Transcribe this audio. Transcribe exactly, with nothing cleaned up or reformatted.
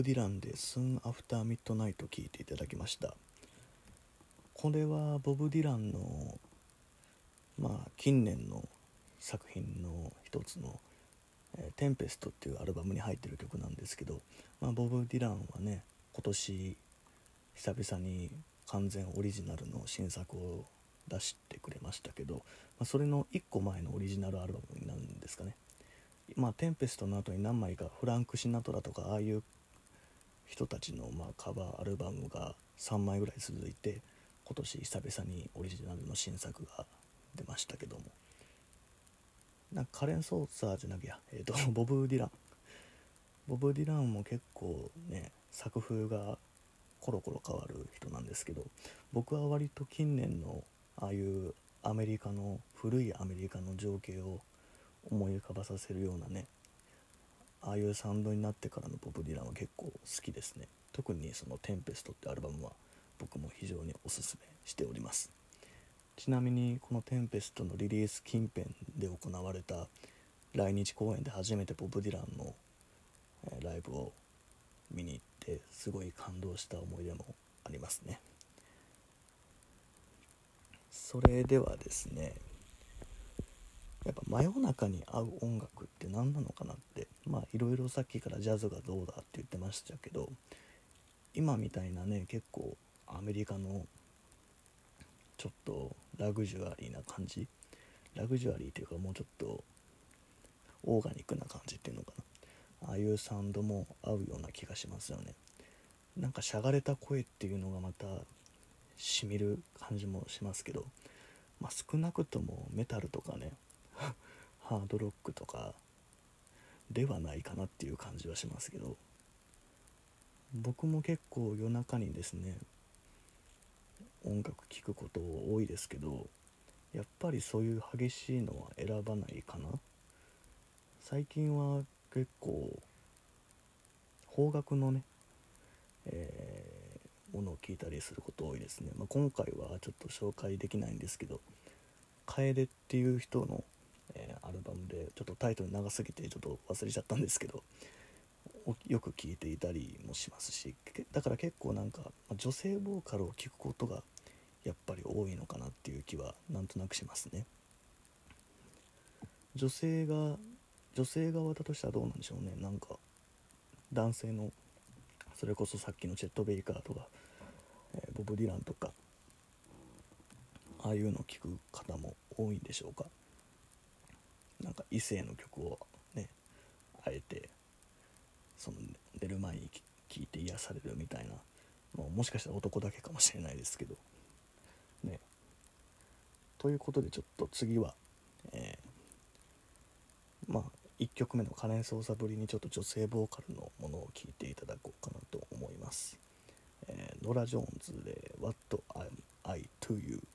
ブ・ディランで Soon After Midnight 聴いていただきました。これはボブ・ディランのまあ近年の作品の一つの、えー、テンペストっていうアルバムに入ってる曲なんですけど、まあ、ボブ・ディランはね今年久々に完全オリジナルの新作を出してくれましたけど、まあ、それのいっこまえのオリジナルアルバムになるんですかね。まあテンペストの後に何枚かフランク・シナトラとかああいう人たちのまあカバーアルバムがさんまいぐらい続いて、今年久々にオリジナルの新作が出ましたけども、なんかカレン・ソーサーじゃなきゃ、えーとボブ・ディランボブ・ディランも結構ね作風がコロコロ変わる人なんですけど、僕は割と近年のああいうアメリカの古いアメリカの情景を思い浮かばさせるようなね、ああいうサウンドになってからのボブ・ディランは結構好きですね。特にそのテンペストってアルバムは僕も非常におすすめしております。ちなみにこのテンペストのリリース近辺で行われた来日公演で初めてボブ・ディランのライブを見に行ってすごい感動した思い出もありますね。それではですね、やっぱ真夜中に合う音楽って何なのかなって、まあいろいろさっきからジャズがどうだって言ってましたけど、今みたいなね結構アメリカのちょっとラグジュアリーな感じ、ラグジュアリーっていうかもうちょっとオーガニックな感じっていうのかな、ああいうサウンドも合うような気がしますよね。なんかしゃがれた声っていうのがまたしみる感じもしますけど、まあ、少なくともメタルとかねハードロックとかではないかなっていう感じはしますけど、僕も結構夜中にですね音楽聴くこと多いですけど、やっぱりそういう激しいのは選ばないかな。最近は結構邦楽のね、えー、ものを聴いたりすること多いですね。まあ、今回はちょっと紹介できないんですけど、楓っていう人の、えー、アルバムでちょっとタイトル長すぎてちょっと忘れちゃったんですけど、よく聴いていたりもしますし、だから結構なんか女性ボーカルを聴くことがやっぱり多いのかなっていう気はなんとなくしますね。女性が女性側だとしたらどうなんでしょうね。なんか男性のそれこそさっきのチェット・ベイカーとか、えー、ボブ・ディランとかああいうのを聴く方も多いんでしょうか。なんか異性の曲をねあえてその寝る前に聴いて癒されるみたいな、もうもしかしたら男だけかもしれないですけどね。ということでちょっと次は、えー、まあいっきょくめのカレン捜査ぶりにちょっと女性ボーカルのものを聴いていただこうかなと思います。えー、ノラ・ジョーンズで What Am I to You